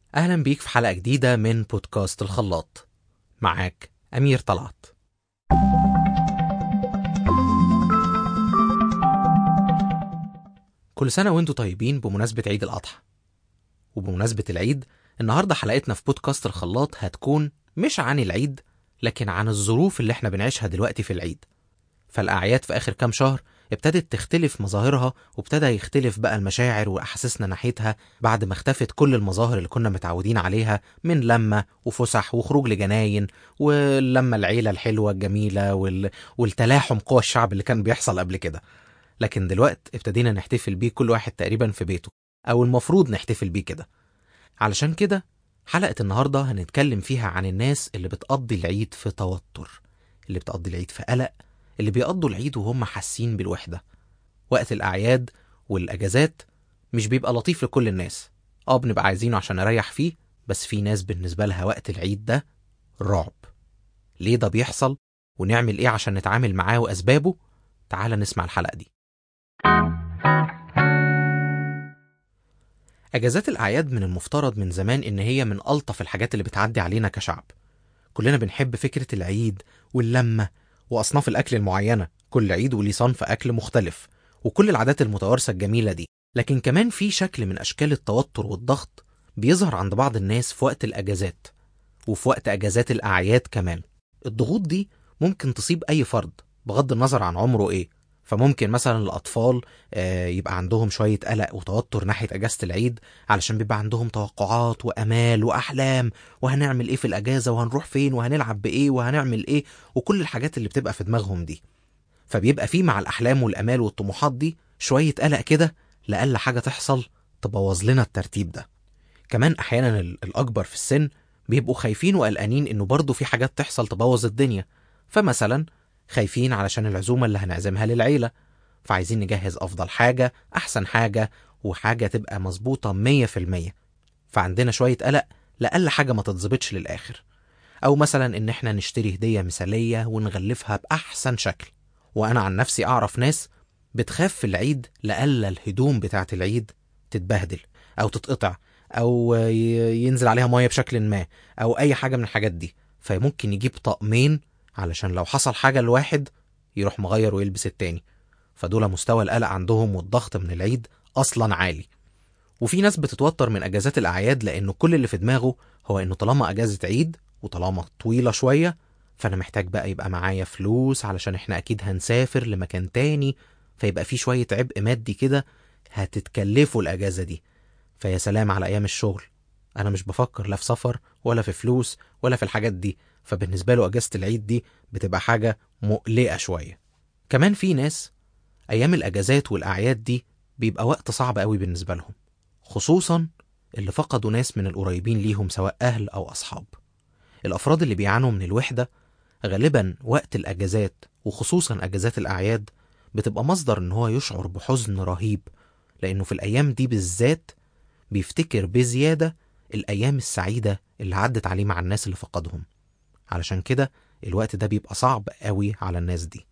أهلا بيك في حلقة جديدة من بودكاست الخلاط. معاك أمير طلعت. كل سنة وانتوا طيبين بمناسبة عيد الأضحى. وبمناسبة العيد، النهاردة حلقتنا في بودكاست الخلاط هتكون مش عن العيد، لكن عن الظروف اللي احنا بنعيشها دلوقتي في العيد. فالأعياد في آخر كام شهر ابتدت تختلف مظاهرها، وابتدى يختلف بقى المشاعر وأحاسيسنا ناحيتها بعد ما اختفت كل المظاهر اللي كنا متعودين عليها من لمة وفسح وخروج لجناين ولما العيلة الحلوة الجميلة والتلاحم قوى الشعب اللي كان بيحصل قبل كده. لكن دلوقت ابتدينا نحتفل بيه كل واحد تقريبا في بيته، أو المفروض نحتفل بيه كده. علشان كده حلقة النهاردة هنتكلم فيها عن الناس اللي بتقضي العيد في توتر، اللي بتقضي العيد في قلق، اللي بيقضوا العيد وهم حاسين بالوحدة. وقت الأعياد والأجازات مش بيبقى لطيف لكل الناس، بنبقى عايزينه عشان نريح فيه، بس في ناس بالنسبة لها وقت العيد ده رعب. ليه ده بيحصل؟ ونعمل ايه عشان نتعامل معاه وأسبابه؟ تعال نسمع الحلقة دي. أجازات الأعياد من المفترض من زمان إن هي من ألطف الحاجات اللي بتعدي علينا كشعب. كلنا بنحب فكرة العيد واللمة وأصناف الأكل المعينة، كل عيد وليه صنف أكل مختلف، وكل العادات المتوارثة الجميلة دي. لكن كمان في شكل من أشكال التوتر والضغط بيظهر عند بعض الناس في وقت الأجازات، وفي وقت أجازات الأعياد كمان. الضغوط دي ممكن تصيب أي فرد بغض النظر عن عمره إيه. فممكن مثلا الأطفال يبقى عندهم شوية قلق وتوتر ناحية أجازة العيد، علشان بيبقى عندهم توقعات وأمال وأحلام، وهنعمل إيه في الأجازة، وهنروح فين، وهنلعب بإيه، وهنعمل إيه، وكل الحاجات اللي بتبقى في دماغهم دي. فبيبقى فيه مع الأحلام والأمال والطموحات دي شوية قلق كده لأقل حاجة تحصل تبوظ لنا الترتيب ده. كمان أحيانا الأكبر في السن بيبقوا خايفين وقلقانين إنه برضو في حاجات تحصل تبوظ الدنيا. فمثلا خايفين علشان العزومة اللي هنعزمها للعيلة، فعايزين نجهز أفضل حاجة، أحسن حاجة، وحاجة تبقى مظبوطة 100%. فعندنا شوية قلق لأقل حاجة ما تتظبطش للآخر. أو مثلا إن احنا نشتري هدية مثالية ونغلفها بأحسن شكل. وأنا عن نفسي أعرف ناس بتخاف في العيد لألا الهدوم بتاعت العيد تتبهدل أو تتقطع، أو ينزل عليها مية بشكل ما، أو أي حاجة من الحاجات دي. فممكن يجيب طقمين علشان لو حصل حاجة لواحد يروح مغير ويلبس التاني. فدول مستوى القلق عندهم والضغط من العيد أصلا عالي. وفي ناس بتتوتر من أجازات الأعياد لأنه كل اللي في دماغه هو إنه طالما أجازة عيد وطالما طويلة شوية، فأنا محتاج بقى يبقى معايا فلوس علشان إحنا أكيد هنسافر لمكان تاني، فيبقى في شوية عبء مادي كده هتتكلفوا الأجازة دي. فيا سلام على أيام الشغل، أنا مش بفكر لا في سفر ولا في فلوس ولا في الحاجات دي. فبالنسبة له أجازة العيد دي بتبقى حاجة مقلقة شوية. كمان في ناس أيام الأجازات والأعياد دي بيبقى وقت صعب قوي بالنسبة لهم، خصوصا اللي فقدوا ناس من القريبين ليهم سواء أهل أو أصحاب. الأفراد اللي بيعانوا من الوحدة غالبا وقت الأجازات وخصوصا أجازات الأعياد بتبقى مصدر إن هو يشعر بحزن رهيب، لأنه في الأيام دي بالذات بيفتكر بزيادة الأيام السعيدة اللي عدت عليه مع الناس اللي فقدهم. علشان كده الوقت ده بيبقى صعب قوي على الناس دي.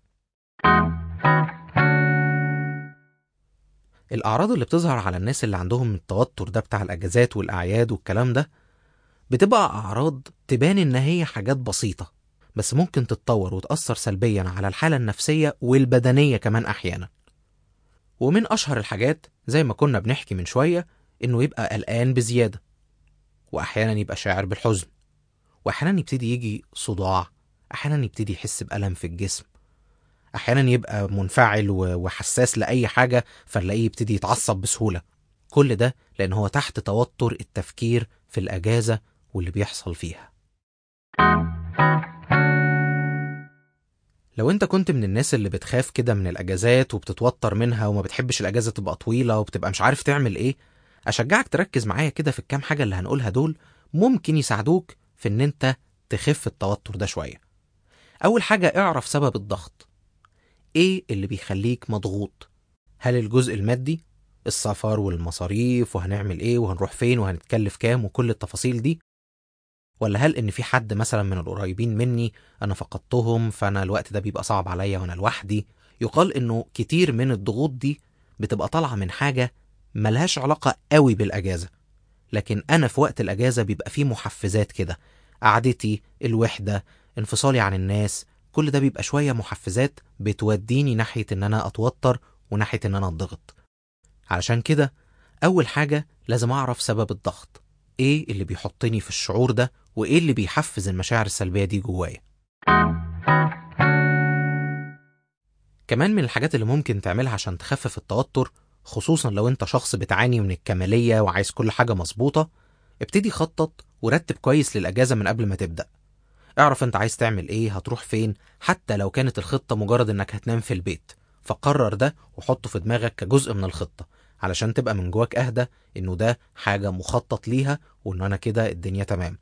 الأعراض اللي بتظهر على الناس اللي عندهم التوتر ده بتاع الأجازات والأعياد والكلام ده بتبقى أعراض تبان إن هي حاجات بسيطة، بس ممكن تتطور وتأثر سلبيا على الحالة النفسية والبدنية كمان أحيانا. ومن أشهر الحاجات زي ما كنا بنحكي من شوية إنه يبقى قلقان بزيادة، وأحيانا يبقى شاعر بالحزن، وأحيانا يبتدي يجي صداع، أحيانا يبتدي يحس بألم في الجسم، أحيانا يبقى منفعل وحساس لأي حاجة فنلاقيه يبتدي يتعصب بسهولة. كل ده لأن هو تحت توتر التفكير في الأجازة واللي بيحصل فيها. لو انت كنت من الناس اللي بتخاف كده من الأجازات وبتتوتر منها وما بتحبش الأجازة تبقى طويلة وبتبقى مش عارف تعمل ايه، أشجعك تركز معايا كده في الكام حاجة اللي هنقولها دول، ممكن يساعدوك في ان انت تخف التوتر ده شوية. أول حاجة، اعرف سبب الضغط. ايه اللي بيخليك مضغوط؟ هل الجزء المادي، السفر والمصاريف وهنعمل ايه وهنروح فين وهنتكلف كام وكل التفاصيل دي، ولا هل ان في حد مثلا من القريبين مني انا فقدتهم فانا الوقت ده بيبقى صعب عليا وانا لوحدي؟ يقال انه كتير من الضغوط دي بتبقى طالعة من حاجة ملهاش علاقة قوي بالاجازة، لكن أنا في وقت الأجازة بيبقى فيه محفزات كده، قعدتي، الوحدة، انفصالي عن الناس، كل ده بيبقى شوية محفزات بتوديني ناحية إن أنا أتوتر وناحية إن أنا أضغط. علشان كده أول حاجة لازم أعرف سبب الضغط، إيه اللي بيحطني في الشعور ده وإيه اللي بيحفز المشاعر السلبية دي جوايا. كمان من الحاجات اللي ممكن تعملها عشان تخفف التوتر، خصوصا لو انت شخص بتعاني من الكمالية وعايز كل حاجة مظبوطة، ابتدي خطط ورتب كويس للأجازة من قبل ما تبدأ. اعرف انت عايز تعمل ايه، هتروح فين، حتى لو كانت الخطة مجرد انك هتنام في البيت، فقرر ده وحطه في دماغك كجزء من الخطة، علشان تبقى من جواك اهدى انه ده حاجة مخطط ليها وان انا كده الدنيا تمام.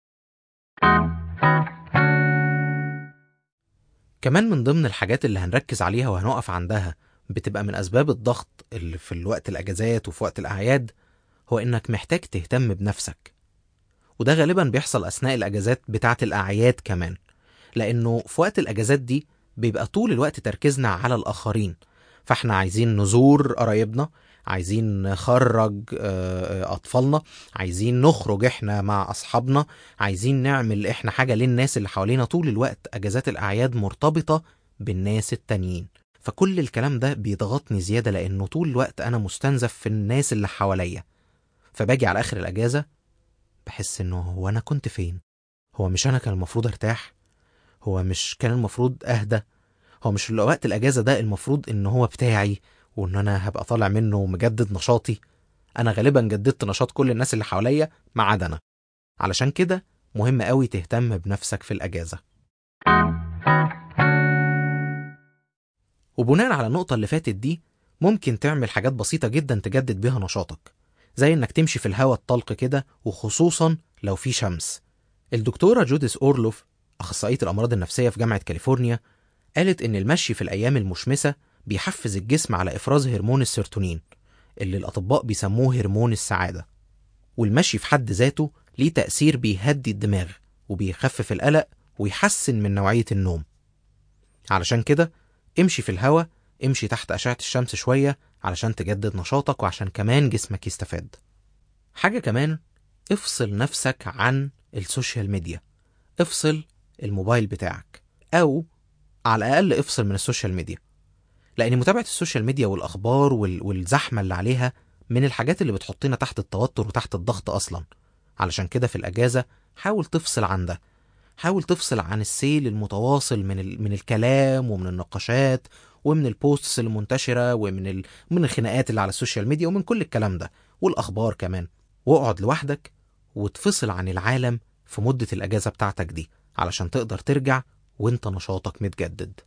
كمان من ضمن الحاجات اللي هنركز عليها وهنقف عندها بتبقى من أسباب الضغط اللي في الوقت الأجازات وفي وقت الأعياد، هو إنك محتاج تهتم بنفسك. وده غالبا بيحصل أثناء الأجازات بتاعة الأعياد كمان، لأنه في وقت الأجازات دي بيبقى طول الوقت تركيزنا على الآخرين، فاحنا عايزين نزور قرايبنا، عايزين نخرج أطفالنا، عايزين نخرج احنا مع أصحابنا، عايزين نعمل احنا حاجة للناس اللي حوالينا. طول الوقت أجازات الأعياد مرتبطة بالناس التانيين، فكل الكلام ده بيضغطني زيادة لأنه طول الوقت أنا مستنزف في الناس اللي حواليا. فباجي على آخر الأجازة بحس إنه هو أنا كنت فين؟ هو مش أنا كان المفروض أرتاح؟ هو مش كان المفروض أهدى؟ هو مش وقت الأجازة ده المفروض إن هو بتاعي وإن أنا هبقى طالع منه مجدد نشاطي؟ أنا غالبا جددت نشاط كل الناس اللي حواليا ما عدا أنا. علشان كده مهم قوي تهتم بنفسك في الأجازة. وبناء على النقطة اللي فاتت دي، ممكن تعمل حاجات بسيطة جدا تجدد بيها نشاطك، زي إنك تمشي في الهواء الطلق كده، وخصوصا لو في شمس. الدكتورة جوديث أورلوف، أخصائية الأمراض النفسية في جامعة كاليفورنيا، قالت إن المشي في الأيام المشمسة بيحفز الجسم على إفراز هرمون السيروتونين، اللي الأطباء بيسموه هرمون السعادة. والمشي في حد ذاته ليه تأثير بيهدي الدماغ وبيخفف القلق ويحسن من نوعية النوم. علشان كده امشي في الهوا، امشي تحت أشعة الشمس شوية علشان تجدد نشاطك وعشان كمان جسمك يستفاد. حاجة كمان، افصل نفسك عن السوشيال ميديا، افصل الموبايل بتاعك، أو على الأقل افصل من السوشيال ميديا، لأن متابعة السوشيال ميديا والأخبار والزحمة اللي عليها من الحاجات اللي بتحطنا تحت التوتر وتحت الضغط أصلا. علشان كده في الأجازة حاول تفصل عن ده، حاول تفصل عن السيل المتواصل من الكلام ومن النقاشات ومن البوستس المنتشرة من الخناقات اللي على السوشيال ميديا ومن كل الكلام ده والأخبار كمان، واقعد لوحدك وتفصل عن العالم في مدة الأجازة بتاعتك دي علشان تقدر ترجع وانت نشاطك متجدد.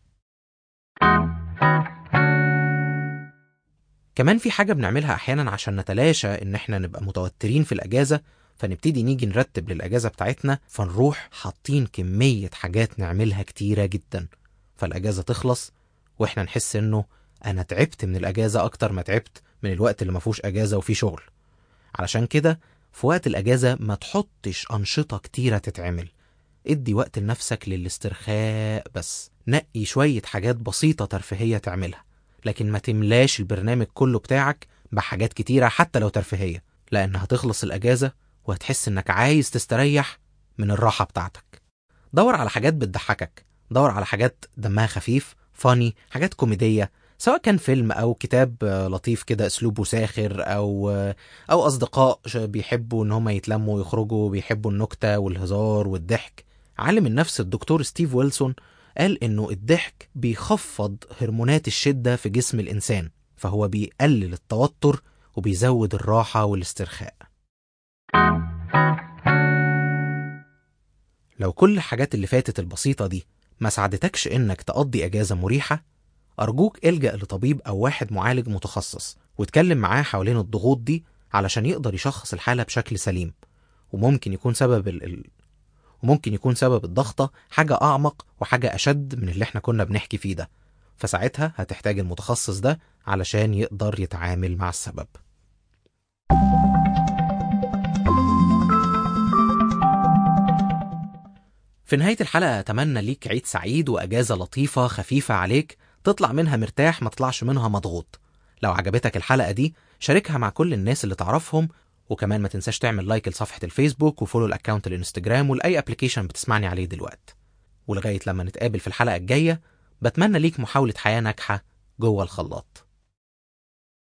كمان في حاجة بنعملها أحيانا عشان نتلاشى إن احنا نبقى متوترين في الأجازة، فنبتدي نيجي نرتب للأجازة بتاعتنا، فنروح حاطين كمية حاجات نعملها كتيرة جدا، فالأجازة تخلص واحنا نحس إنه أنا تعبت من الأجازة أكتر ما تعبت من الوقت اللي ما فيهوش أجازة وفيه شغل. علشان كده في وقت الأجازة ما تحطش أنشطة كتيرة تتعمل، ادي وقت لنفسك للاسترخاء بس، نقي شوية حاجات بسيطة ترفيهية تعملها، لكن ما تملاش البرنامج كله بتاعك بحاجات كتيرة حتى لو ترفيهية، لأن هتخلص الأجازة وهتحس إنك عايز تستريح من الراحة بتاعتك. دور على حاجات بتضحكك، دور على حاجات دمها خفيف، فاني، حاجات كوميدية، سواء كان فيلم أو كتاب لطيف كده أسلوبه ساخر، أو أصدقاء بيحبوا إن هم يتلموا ويخرجوا، بيحبوا النكتة والهزار والضحك. عالم النفس الدكتور ستيف ويلسون قال إنه الضحك بيخفض هرمونات الشدة في جسم الإنسان، فهو بيقلل التوتر وبيزود الراحة والاسترخاء. لو كل الحاجات اللي فاتت البسيطة دي ما ساعدتكش إنك تقضي أجازة مريحة، أرجوك الجأ لطبيب أو واحد معالج متخصص واتكلم معاه حوالين الضغوط دي علشان يقدر يشخص الحالة بشكل سليم. وممكن يكون سبب الضغطة حاجة أعمق وحاجة أشد من اللي احنا كنا بنحكي فيه ده، فساعتها هتحتاج المتخصص ده علشان يقدر يتعامل مع السبب. في نهاية الحلقة أتمنى ليك عيد سعيد وأجازة لطيفة خفيفة عليك، تطلع منها مرتاح ما تطلعش منها مضغوط. لو عجبتك الحلقة دي شاركها مع كل الناس اللي تعرفهم، وكمان ما تنساش تعمل لايك لصفحة الفيسبوك وفولو الأكاونت الانستجرام ولأي أبليكيشن بتسمعني عليه دلوقتي. ولغاية لما نتقابل في الحلقة الجاية، بتمنى ليك محاولة حياة ناجحة جوه الخلاط.